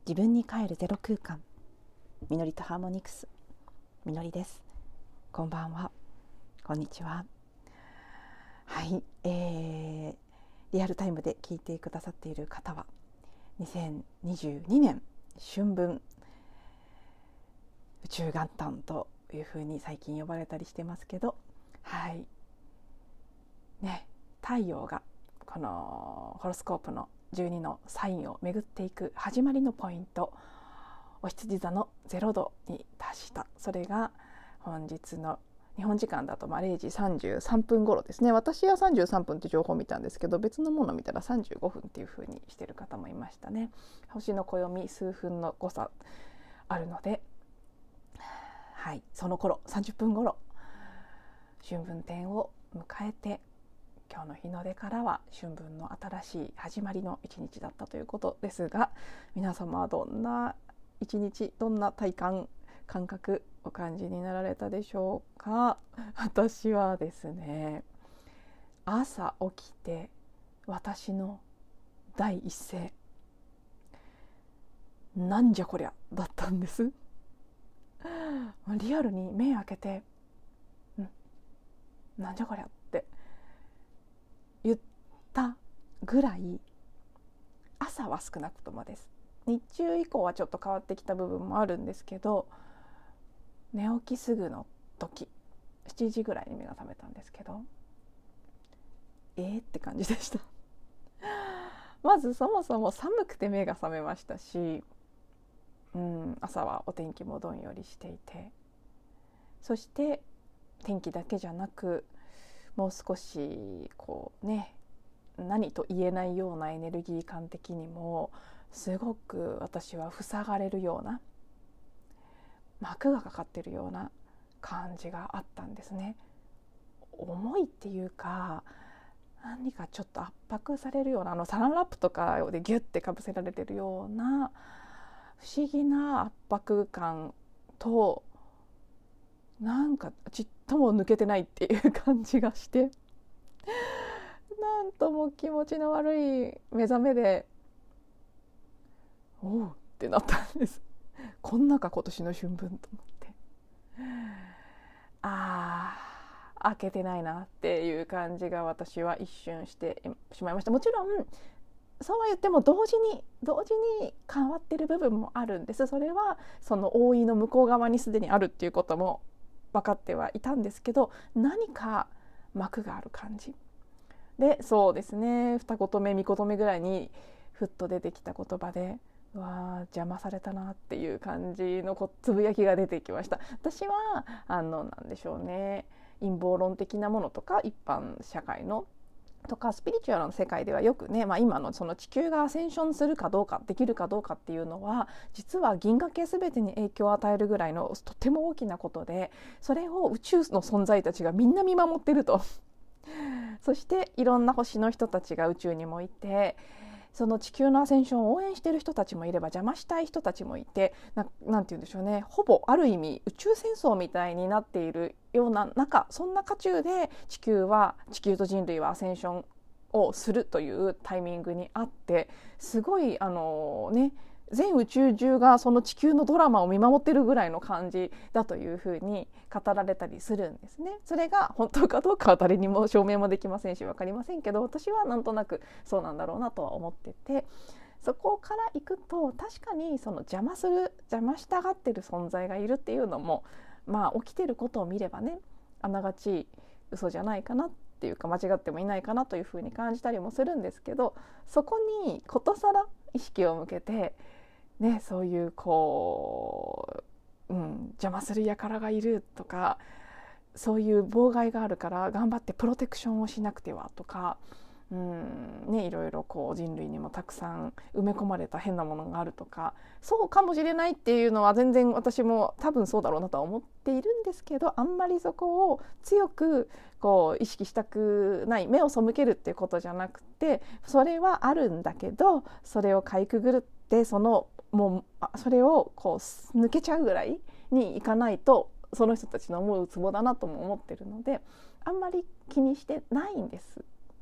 自分に帰るゼロ空間、みのりとハーモニクス、みのりです。こんばんは、こんにちは。はい、リアルタイムで聞いてくださっている方は2022年春分宇宙元旦というふうに最近呼ばれたりしてますけど、はいね、太陽がこのホロスコープの12のサインを巡っていく始まりのポイント、お羊座の0度に達した。それが本日の日本時間だと0時33分頃ですね。私は33分って情報を見たんですけど、別のものを見たら35分っていう風にしてる方もいましたね。星の暦数分の誤差あるので、はい、その頃30分頃春分天を迎えて、今日の日の出からは春分の新しい始まりの一日だったということですが、皆様はどんな一日、どんな体感感覚お感じになられたでしょうか。私はですね、朝起きて私の第一声、なんじゃこりゃだったんです。リアルに目開けて、なんじゃこりゃって言ったぐらい、朝は少なくともです。日中以降はちょっと変わってきた部分もあるんですけど、寝起きすぐの時7時ぐらいに目が覚めたんですけど、って感じでしたまずそもそも寒くて目が覚めましたし、朝はお天気もどんよりしていて、そして天気だけじゃなく、もう少しこうね、何と言えないようなエネルギー感的にもすごく私は塞がれるような、幕がかかってるような感じがあったんですね。重いっていうか、何かちょっと圧迫されるような、サランラップとかでギュッてかぶせられてるような不思議な圧迫感と、なんかちっとも抜けてないっていう感じがして、なんとも気持ちの悪い目覚めで、おうってなったんです。こんなか今年の春分と思って、開けてないなっていう感じが私は一瞬してしまいました。もちろんそうは言っても同時に変わってる部分もあるんです。それはその覆いの向こう側にすでにあるっていうことも分かってはいたんですけど、何か幕がある感じで、そうですね、二言目三言目ぐらいにふっと出てきた言葉で、邪魔されたなっていう感じのつぶやきが出てきました。私はなんでしょうね、陰謀論的なものとか一般社会のとかスピリチュアルの世界ではよくね、今のその地球がアセンションするかどうか、できるかどうかっていうのは、実は銀河系全てに影響を与えるぐらいのとても大きなことで、それを宇宙の存在たちがみんな見守ってるとそしていろんな星の人たちが宇宙にもいて、その地球のアセンションを応援している人たちもいれば、邪魔したい人たちもいて、なんて言うんでしょうね、ほぼある意味宇宙戦争みたいになっているような中、そんな渦中で地球と人類はアセンションをするというタイミングにあって、すごい全宇宙中がその地球のドラマを見守ってるぐらいの感じだというふうに語られたりするんですね。それが本当かどうかは誰にも証明もできませんし分かりませんけど、私はなんとなくそうなんだろうなとは思ってて、そこからいくと確かにその邪魔したがってる存在がいるっていうのも、起きてることを見ればね、あながち嘘じゃないかなっていうか、間違ってもいないかなというふうに感じたりもするんですけど、そこにことさら意識を向けてね、そういう邪魔する輩がいるとか、そういう妨害があるから頑張ってプロテクションをしなくてはとか、いろいろ人類にもたくさん埋め込まれた変なものがあるとか、そうかもしれないっていうのは全然私も多分そうだろうなとは思っているんですけど、あんまりそこを強く意識したくない、目を背けるっていうことじゃなくて、それはあるんだけど、それをかいくぐってもうそれを抜けちゃうぐらいにいかないと、その人たちの思うツボだなとも思ってるので、あんまり気にしてないんです。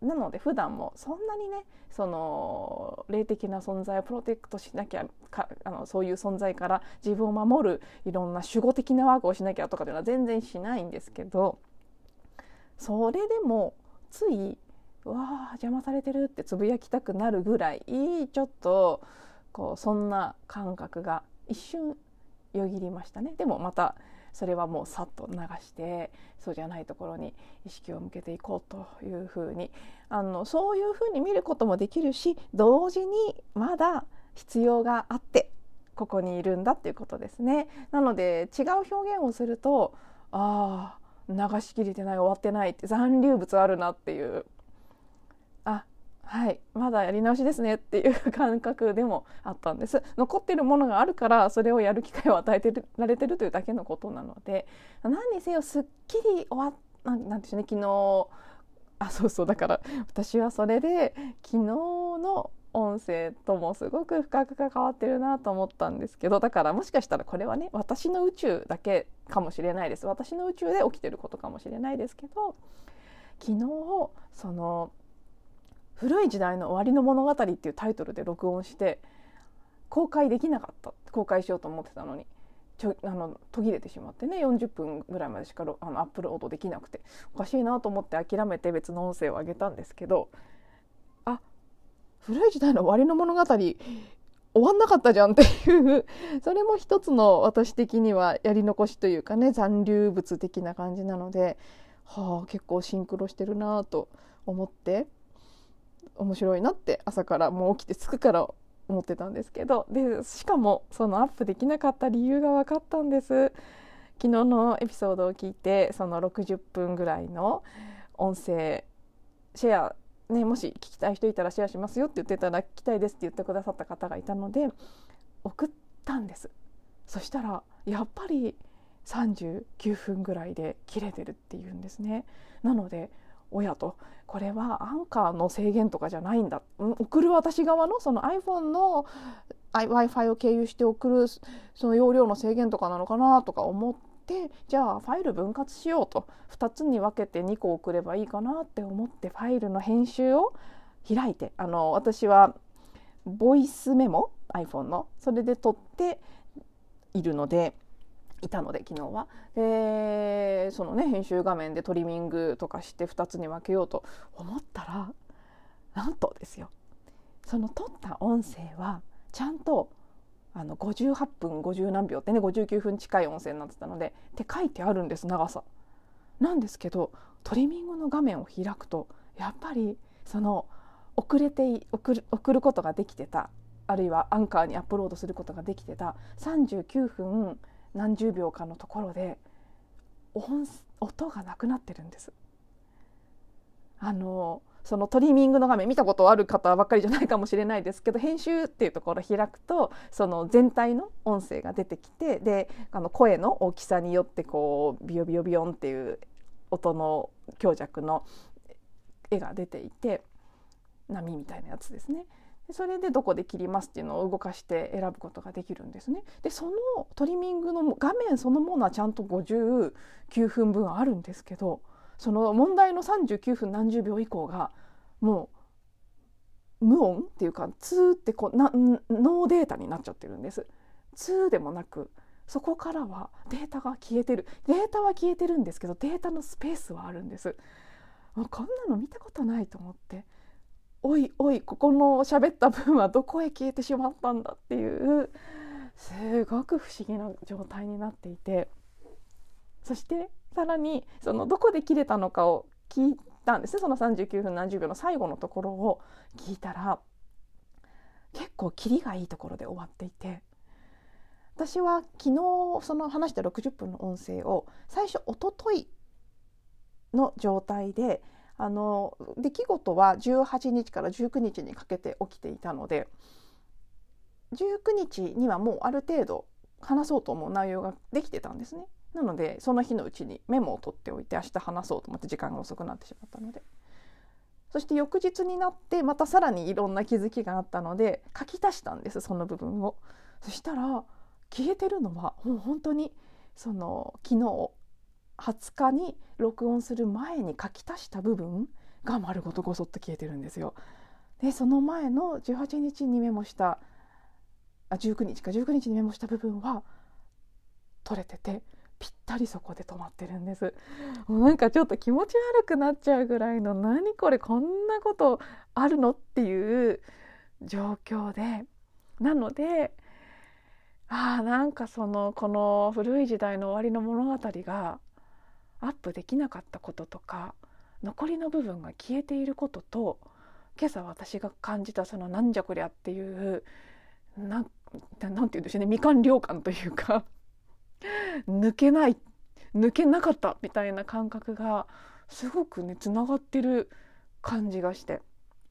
なので普段もそんなにねその霊的な存在をプロテクトしなきゃそういう存在から自分を守るいろんな守護的なワークをしなきゃとかっていうのは全然しないんですけど、それでもついうわー邪魔されてるってつぶやきたくなるぐらいちょっとこうそんな感覚が一瞬よぎりましたね。でもまたそれはもうさっと流してそうじゃないところに意識を向けていこうというふうにそういうふうに見ることもできるし、同時にまだ必要があってここにいるんだっていうことですね。なので違う表現をすると流しきれてない、終わってないって、残留物あるなっていう、はいまだやり直しですねっていう感覚でもあったんです。残っているものがあるからそれをやる機会を与えてられてるというだけのことなので、何にせよすっきり終わっなんでしょうね、昨日そうだから私はそれで昨日の音声ともすごく深く関わってるなと思ったんですけど、だからもしかしたらこれはね私の宇宙だけかもしれないです。私の宇宙で起きてることかもしれないですけど、昨日その古い時代の終わりの物語っていうタイトルで録音して公開できなかった。公開しようと思ってたのに途切れてしまってね、40分ぐらいまでしかアップロードできなくておかしいなと思って諦めて別の音声を上げたんですけど、古い時代の終わりの物語終わんなかったじゃんっていうそれも一つの私的にはやり残しというかね、残留物的な感じなので、結構シンクロしてるなと思って面白いなって朝からもう起きてすぐから思ってたんですけど、でしかもそのアップできなかった理由が分かったんです。昨日のエピソードを聞いてその60分ぐらいの音声シェアね、もし聞きたい人いたらシェアしますよって言ってたら聞きたいですって言ってくださった方がいたので送ったんです。そしたらやっぱり39分ぐらいで切れてるっていうんですね。なのでこれはアンカーの制限とかじゃないんだ、送る私側のその iPhone の Wi-Fi を経由して送るその容量の制限とかなのかなとか思って、じゃあファイル分割しようと2つに分けて2個送ればいいかなって思ってファイルの編集を開いて、私はボイスメモ iPhone のそれで撮っていたので昨日はそのね編集画面でトリミングとかして2つに分けようと思ったら、なんとですよ、その撮った音声はちゃんと58分50何秒ってね59分近い音声になってたのでって書いてあるんです、長さなんですけど、トリミングの画面を開くとやっぱりその送ることができてた、あるいはアンカーにアップロードすることができてた39分何十秒かのところで音がなくなってるんです。そのトリミングの画面見たことある方ばっかりじゃないかもしれないですけど、編集っていうところを開くとその全体の音声が出てきて、で声の大きさによってこうビヨビヨビヨンっていう音の強弱の絵が出ていて、波みたいなやつですね。それでどこで切りますっていうのを動かして選ぶことができるんですね。でそのトリミングの画面そのものはちゃんと59分分あるんですけど、その問題の39分何十秒以降がもう無音っていうかツーってノーデータになっちゃってるんです。ツーでもなくそこからはデータは消えてるんですけど、データのスペースはあるんです。もうこんなの見たことないと思って、おいここの喋った分はどこへ消えてしまったんだっていうすごく不思議な状態になっていて、そしてさらにそのどこで切れたのかを聞いたんですね。その39分何十秒の最後のところを聞いたら結構切りがいいところで終わっていて、私は昨日その話した60分の音声を最初一昨日の状態で出来事は18日から19日にかけて起きていたので、19日にはもうある程度話そうと思う内容ができてたんですね。なのでその日のうちにメモを取っておいて明日話そうと思って時間が遅くなってしまったので、そして翌日になってまたさらにいろんな気づきがあったので書き足したんです、その部分を。そしたら消えてるのはもう本当にその昨日20日に録音する前に書き足した部分が丸ごとごそっと消えてるんですよ。でその前の18日にメモした19日にメモした部分は取れてて、ぴったりそこで止まってるんです。もうなんかちょっと気持ち悪くなっちゃうぐらいの、何これこんなことあるのっていう状況で、なのでなんかこの古い時代の終わりの物語がアップできなかったこととか、残りの部分が消えていることと、今朝私が感じたそのなんじゃこりゃっていうなんて言うんでしょうね、未完了感というか抜けなかったみたいな感覚がすごくねつながってる感じがして、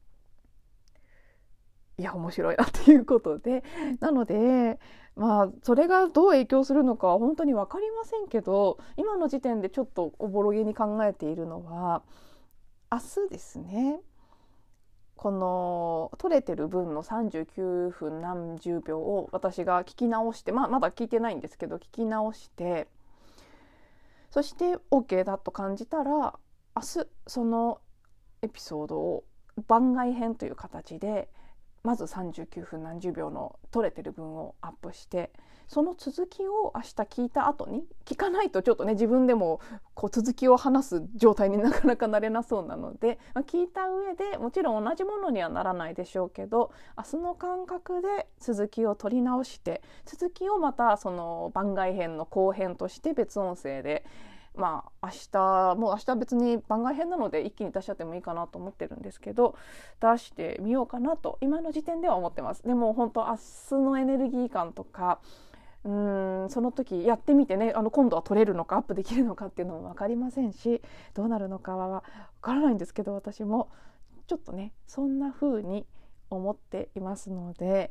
いや面白いなっていうことで、なのでそれがどう影響するのかは本当に分かりませんけど、今の時点でちょっとおぼろげに考えているのは、明日ですね、この取れてる分の39分何十秒を私が聞き直して、まだ聞いてないんですけど聞き直して、そして OK だと感じたら、明日そのエピソードを番外編という形でまず39分何十秒の取れてる分をアップして、その続きを明日聞いた後に聞かないとちょっとね、自分でもこう続きを話す状態になかなかなれなそうなので、聞いた上でもちろん同じものにはならないでしょうけど、明日の感覚で続きを取り直して、続きをまたその番外編の後編として別音声で、明日別に番外編なので一気に出しちゃってもいいかなと思ってるんですけど、出してみようかなと今の時点では思ってます。でも本当明日のエネルギー感とか、その時やってみてね、今度は取れるのかアップできるのかっていうのも分かりませんし、どうなるのかは分からないんですけど、私もちょっとねそんな風に思っていますので、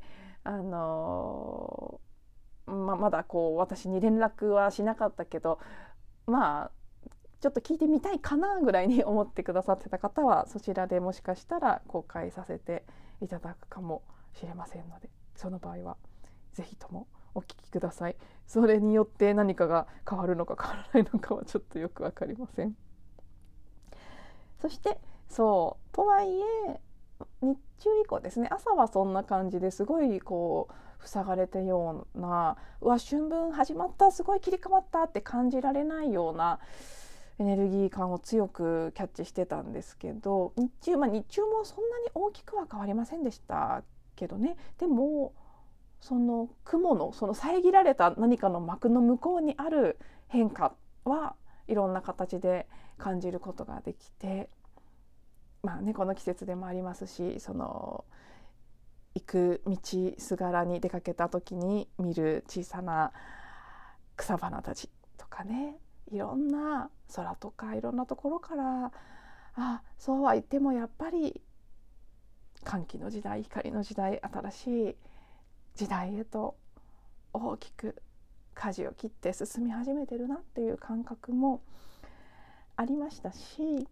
まだこう私に連絡はしなかったけど、ちょっと聞いてみたいかなぐらいに思ってくださってた方は、そちらでもしかしたら公開させていただくかもしれませんので、その場合はぜひともお聞きください。それによって何かが変わるのか変わらないのかはちょっとよく分かりません。そしてとはいえ日中以降ですね、朝はそんな感じですごいこう塞がれたような、春分始まった、すごい切り替わったって感じられないようなエネルギー感を強くキャッチしてたんですけど、日中もそんなに大きくは変わりませんでしたけどね。でもその雲のその遮られた何かの膜の向こうにある変化はいろんな形で感じることができて、この季節でもありますし、行く道すがらに出かけた時に見る小さな草花たちとかね、いろんな空とかいろんなところから、そうは言ってもやっぱり歓喜の時代、光の時代、新しい時代へと大きく舵を切って進み始めてるなっていう感覚もありましたし、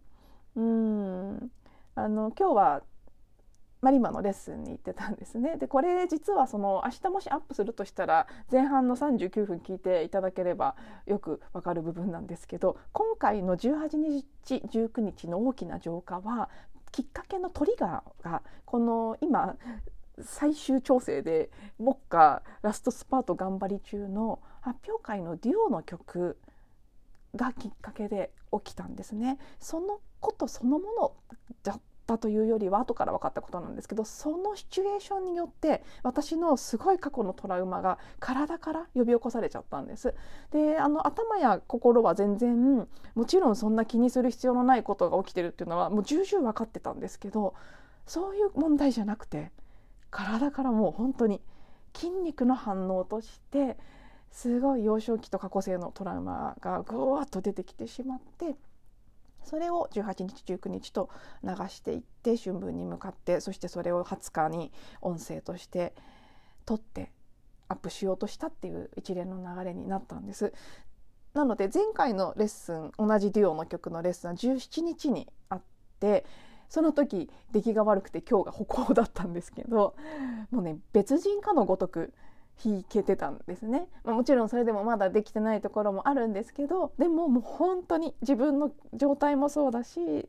今日はマリマのレッスンに行ってたんですね。でこれ実は明日もしアップするとしたら前半の39分聞いていただければよくわかる部分なんですけど、今回の18日19日の大きな浄化は、きっかけのトリガーがこの今最終調整で目下ラストスパート頑張り中の発表会のデュオの曲がきっかけで起きたんですね。そのことそのものだったというよりは後から分かったことなんですけど、そのシチュエーションによって私のすごい過去のトラウマが体から呼び起こされちゃったんです。で頭や心は全然もちろんそんな気にする必要のないことが起きてるっていうのはもう重々分かってたんですけど、そういう問題じゃなくて、体からもう本当に筋肉の反応としてすごい幼少期と過去性のトラウマがぐわっと出てきてしまって、それを18日19日と流していって春分に向かって、そしてそれを20日に音声として撮ってアップしようとしたっていう一連の流れになったんです。なので前回のレッスン、同じデュオの曲のレッスンは17日にあって、その時出来が悪くて今日が歩行だったんですけど、もうね別人かのごとく弾けてたんですね。もちろんそれでもまだできてないところもあるんですけど、でももう本当に自分の状態もそうだし、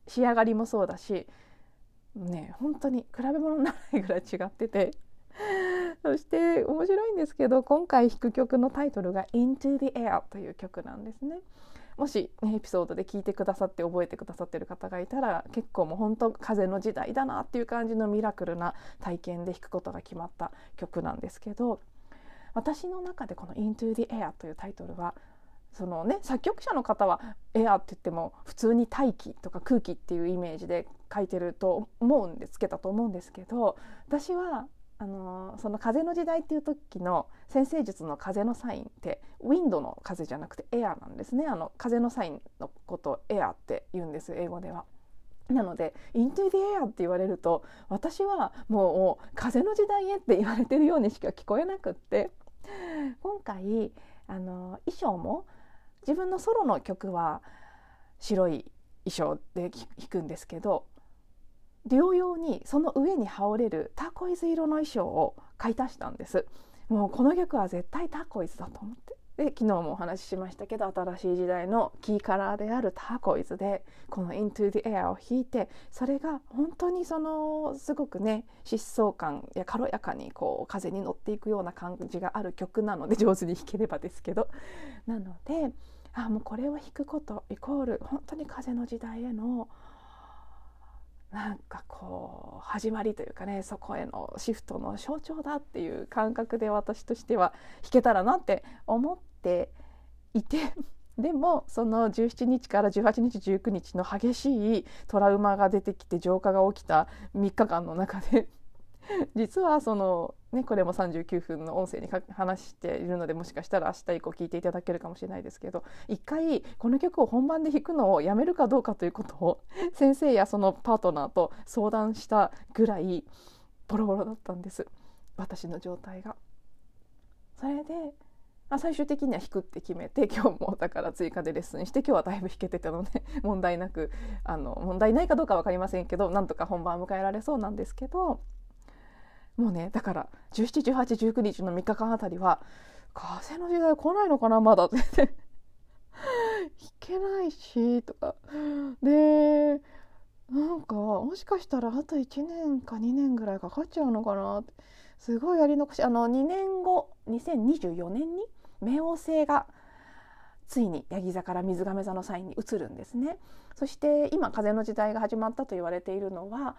仕上がりもそうだしね、本当に比べ物にならないぐらい違っててそして面白いんですけど、今回弾く曲のタイトルが Into the Air という曲なんですね。もし、ね、エピソードで聞いてくださって覚えてくださってる方がいたら、結構もう本当風の時代だなっていう感じのミラクルな体験で弾くことが決まった曲なんですけど、私の中でこの Into the Air というタイトルはそのね、作曲者の方はエアって言っても普通に大気とか空気っていうイメージで書いてると思うんでつけたと思うんですけど、私はその風の時代っていう時の先生術の風のサインってウィンドの風じゃなくてエアなんですね。風のサインのことをエアって言うんです、英語では。なので Into the Air って言われると、私はもう風の時代へって言われてるようにしか聞こえなくって、今回衣装も自分のソロの曲は白い衣装で弾くんですけど、両用にその上に羽織れるターコイズ色の衣装を買い足したんです。もうこの曲は絶対ターコイズだと思って、で昨日もお話ししましたけど、新しい時代のキーカラーであるターコイズでこの Into the Air を弾いて、それが本当にすごくね、疾走感や軽やかにこう風に乗っていくような感じがある曲なので、上手に弾ければですけど、なのでもうこれを弾くことイコール本当に風の時代へのなんかこう始まりというかね、そこへのシフトの象徴だっていう感覚で私としては弾けたらなって思っていて、でもその17日から18日19日の激しいトラウマが出てきて浄化が起きた3日間の中で実はこれも39分の音声に話しているので、もしかしたら明日以降聞いていただけるかもしれないですけど、一回この曲を本番で弾くのをやめるかどうかということを先生やそのパートナーと相談したぐらいボロボロだったんです、私の状態が。それで最終的には弾くって決めて、今日もだから追加でレッスンして、今日はだいぶ弾けてたので問題なく問題ないかどうか分かりませんけど、なんとか本番を迎えられそうなんですけど、もうね、だから17、18、19日の3日間あたりは風の時代来ないのかなまだって弾けないしとかで、なんかもしかしたらあと1年か2年ぐらいかかっちゃうのかなって、すごいやり残し。2年後2024年に冥王星がついにヤギ座から水亀座のサインに移るんですね。そして今風の時代が始まったと言われているのは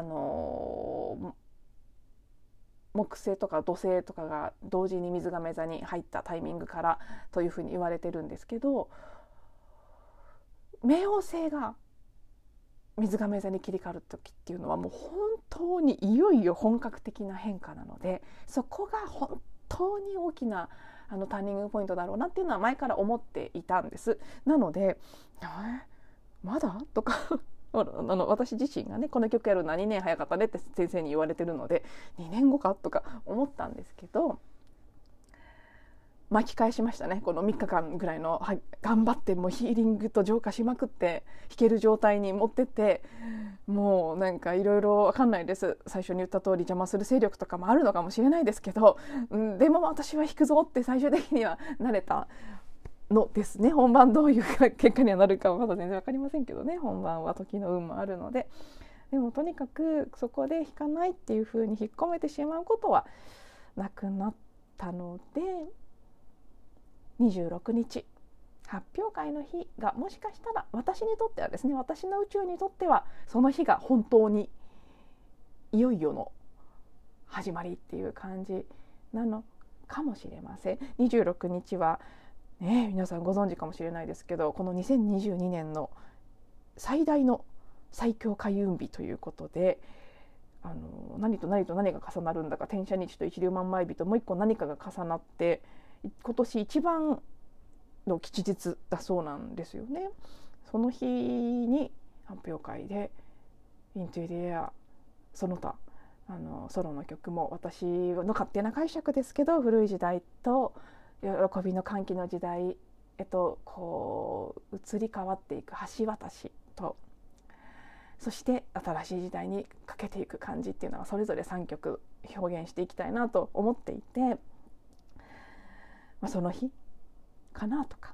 木星とか土星とかが同時に水亀座に入ったタイミングからというふうに言われてるんですけど、冥王星が水亀座に切り替わる時っていうのはもう本当にいよいよ本格的な変化なので、そこが本当に大きなターニングポイントだろうなっていうのは前から思っていたんです。なのでまだとか私自身がね、この曲やるのは2年早かったねって先生に言われてるので、2年後かとか思ったんですけど、巻き返しましたね。この3日間ぐらいの、頑張ってもうヒーリングと浄化しまくって弾ける状態に持ってって、もうなんかいろいろ分かんないです。最初に言った通り邪魔する勢力とかもあるのかもしれないですけど、でも私は弾くぞって最終的にはなれたのですね。本番どういう結果にはなるかはまだ全然分かりませんけどね、本番は時の運もあるので。でもとにかくそこで弾かないっていう風に引っ込めてしまうことはなくなったので、26日発表会の日がもしかしたら私にとってはですね、私の宇宙にとってはその日が本当にいよいよの始まりっていう感じなのかもしれません。26日はね、皆さんご存知かもしれないですけど、この2022年の最大の最強開運日ということで、何と何と何が重なるんだか、天赦日と一粒万倍日ともう一個何かが重なって今年一番の吉日だそうなんですよね。その日に発表会で Into the Air その他ソロの曲も私の勝手な解釈ですけど、古い時代と喜びの歓喜の時代へとこう移り変わっていく橋渡しと、そして新しい時代にかけていく感じっていうのはそれぞれ3曲表現していきたいなと思っていて、その日かなとか、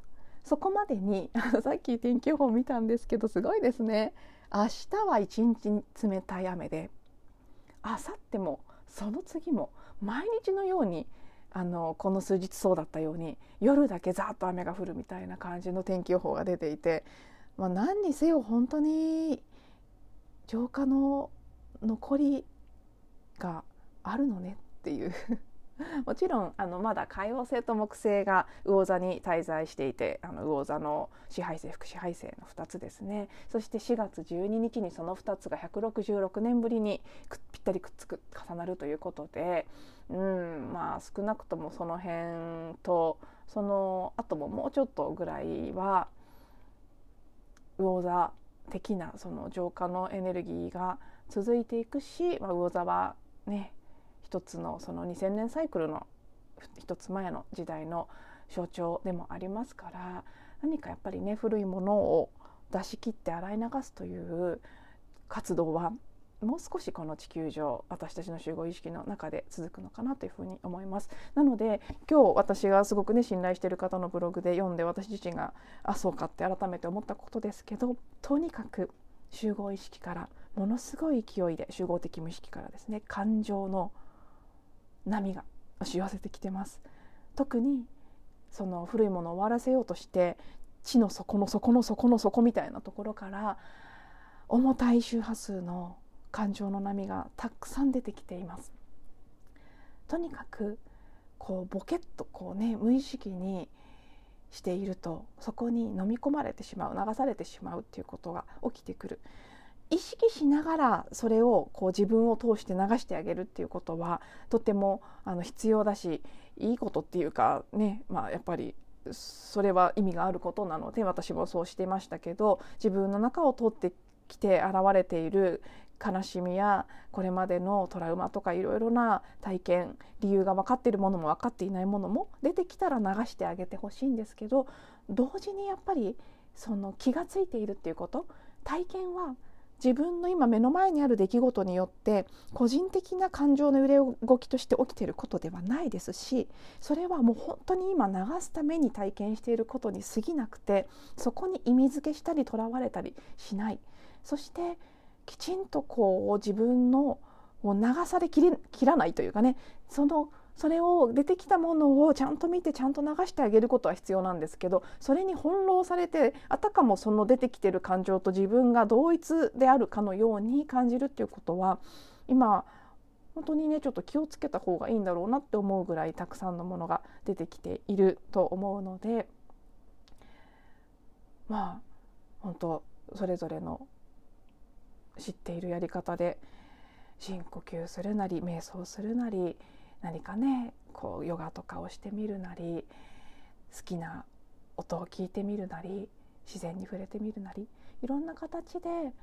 そこまでにさっき天気予報見たんですけど、すごいですね。明日は一日冷たい雨で、明後日もその次も毎日のようにこの数日そうだったように夜だけザーッと雨が降るみたいな感じの天気予報が出ていて、何にせよ本当に浄化の残りがあるのねっていうもちろんまだ海王星と木星が魚座に滞在していて、魚座の支配星副支配星の2つですね。そして4月12日にその2つが166年ぶりにぴったりくっつく重なるということで、少なくともその辺とその後ももうちょっとぐらいは魚座的なその浄化のエネルギーが続いていくし、魚座はね、一つのその2000年サイクルの一つ前の時代の象徴でもありますから、何かやっぱりね、古いものを出し切って洗い流すという活動はもう少しこの地球上、私たちの集合意識の中で続くのかなというふうに思います。なので今日私がすごくね信頼している方のブログで読んで、私自身がそうかって改めて思ったことですけど、とにかく集合意識からものすごい勢いで、集合的無意識からですね、感情の波が押し寄せてきてます。特にその古いものを終わらせようとして地の底の底の底の底みたいなところから重たい周波数の感情の波がたくさん出てきています。とにかくボケッと無意識にしていると、そこに飲み込まれてしまう、流されてしまうっていうことが起きてくる。意識しながらそれを自分を通して流してあげるっていうことはとても必要だし、いいことっていうかね、やっぱりそれは意味があることなので、私もそうしていましたけど、自分の中を通ってきて現れている悲しみやこれまでのトラウマとかいろいろな体験、理由が分かっているものも分かっていないものも出てきたら流してあげてほしいんですけど、同時にやっぱりその気がついているっていうこと、体験は自分の今目の前にある出来事によって個人的な感情の揺れ動きとして起きていることではないですし、それはもう本当に今流すために体験していることに過ぎなくて、そこに意味付けしたりとらわれたりしない。そしてきちんと自分の流されきらないというかね、それを出てきたものをちゃんと見てちゃんと流してあげることは必要なんですけど、それに翻弄されてあたかもその出てきている感情と自分が同一であるかのように感じるっていうことは、今本当にねちょっと気をつけた方がいいんだろうなって思うぐらいたくさんのものが出てきていると思うので、本当それぞれの知っているやり方で深呼吸するなり瞑想するなり、何かねヨガとかをしてみるなり、好きな音を聞いてみるなり、自然に触れてみるなり、いろんな形で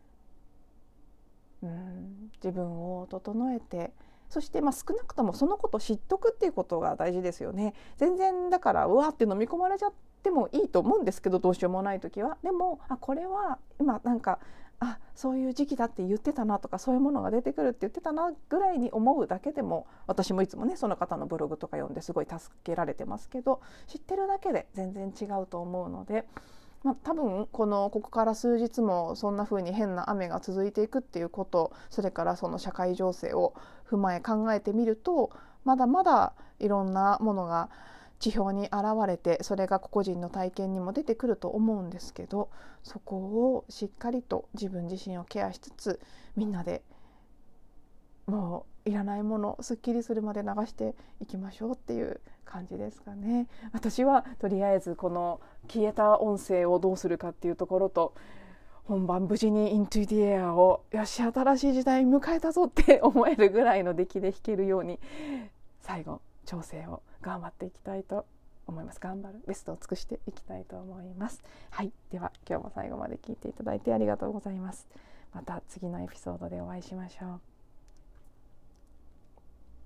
自分を整えて、そして少なくともそのことを知っとくっていうことが大事ですよね。全然だからうわって飲み込まれちゃってもいいと思うんですけど、どうしようもない時は。でもこれは今なんかそういう時期だって言ってたなとか、そういうものが出てくるって言ってたなぐらいに思うだけでも、私もいつもねその方のブログとか読んですごい助けられてますけど、知ってるだけで全然違うと思うので、多分ここから数日もそんな風に変な雨が続いていくっていうこと、それからその社会情勢を踏まえ考えてみると、まだまだいろんなものが地表に現れて、それが個々人の体験にも出てくると思うんですけど、そこをしっかりと自分自身をケアしつつ、みんなでもういらないものすっきりするまで流していきましょうっていう感じですかね。私はとりあえずこの消えた音声をどうするかっていうところと、本番無事に Into the Air をよし新しい時代迎えたぞって思えるぐらいの出来で弾けるように、最後調整を頑張っていきたいと思います。頑張るベストを尽くしていきたいと思います。はい、では今日も最後まで聞いていただいてありがとうございます。また次のエピソードでお会いしましょう。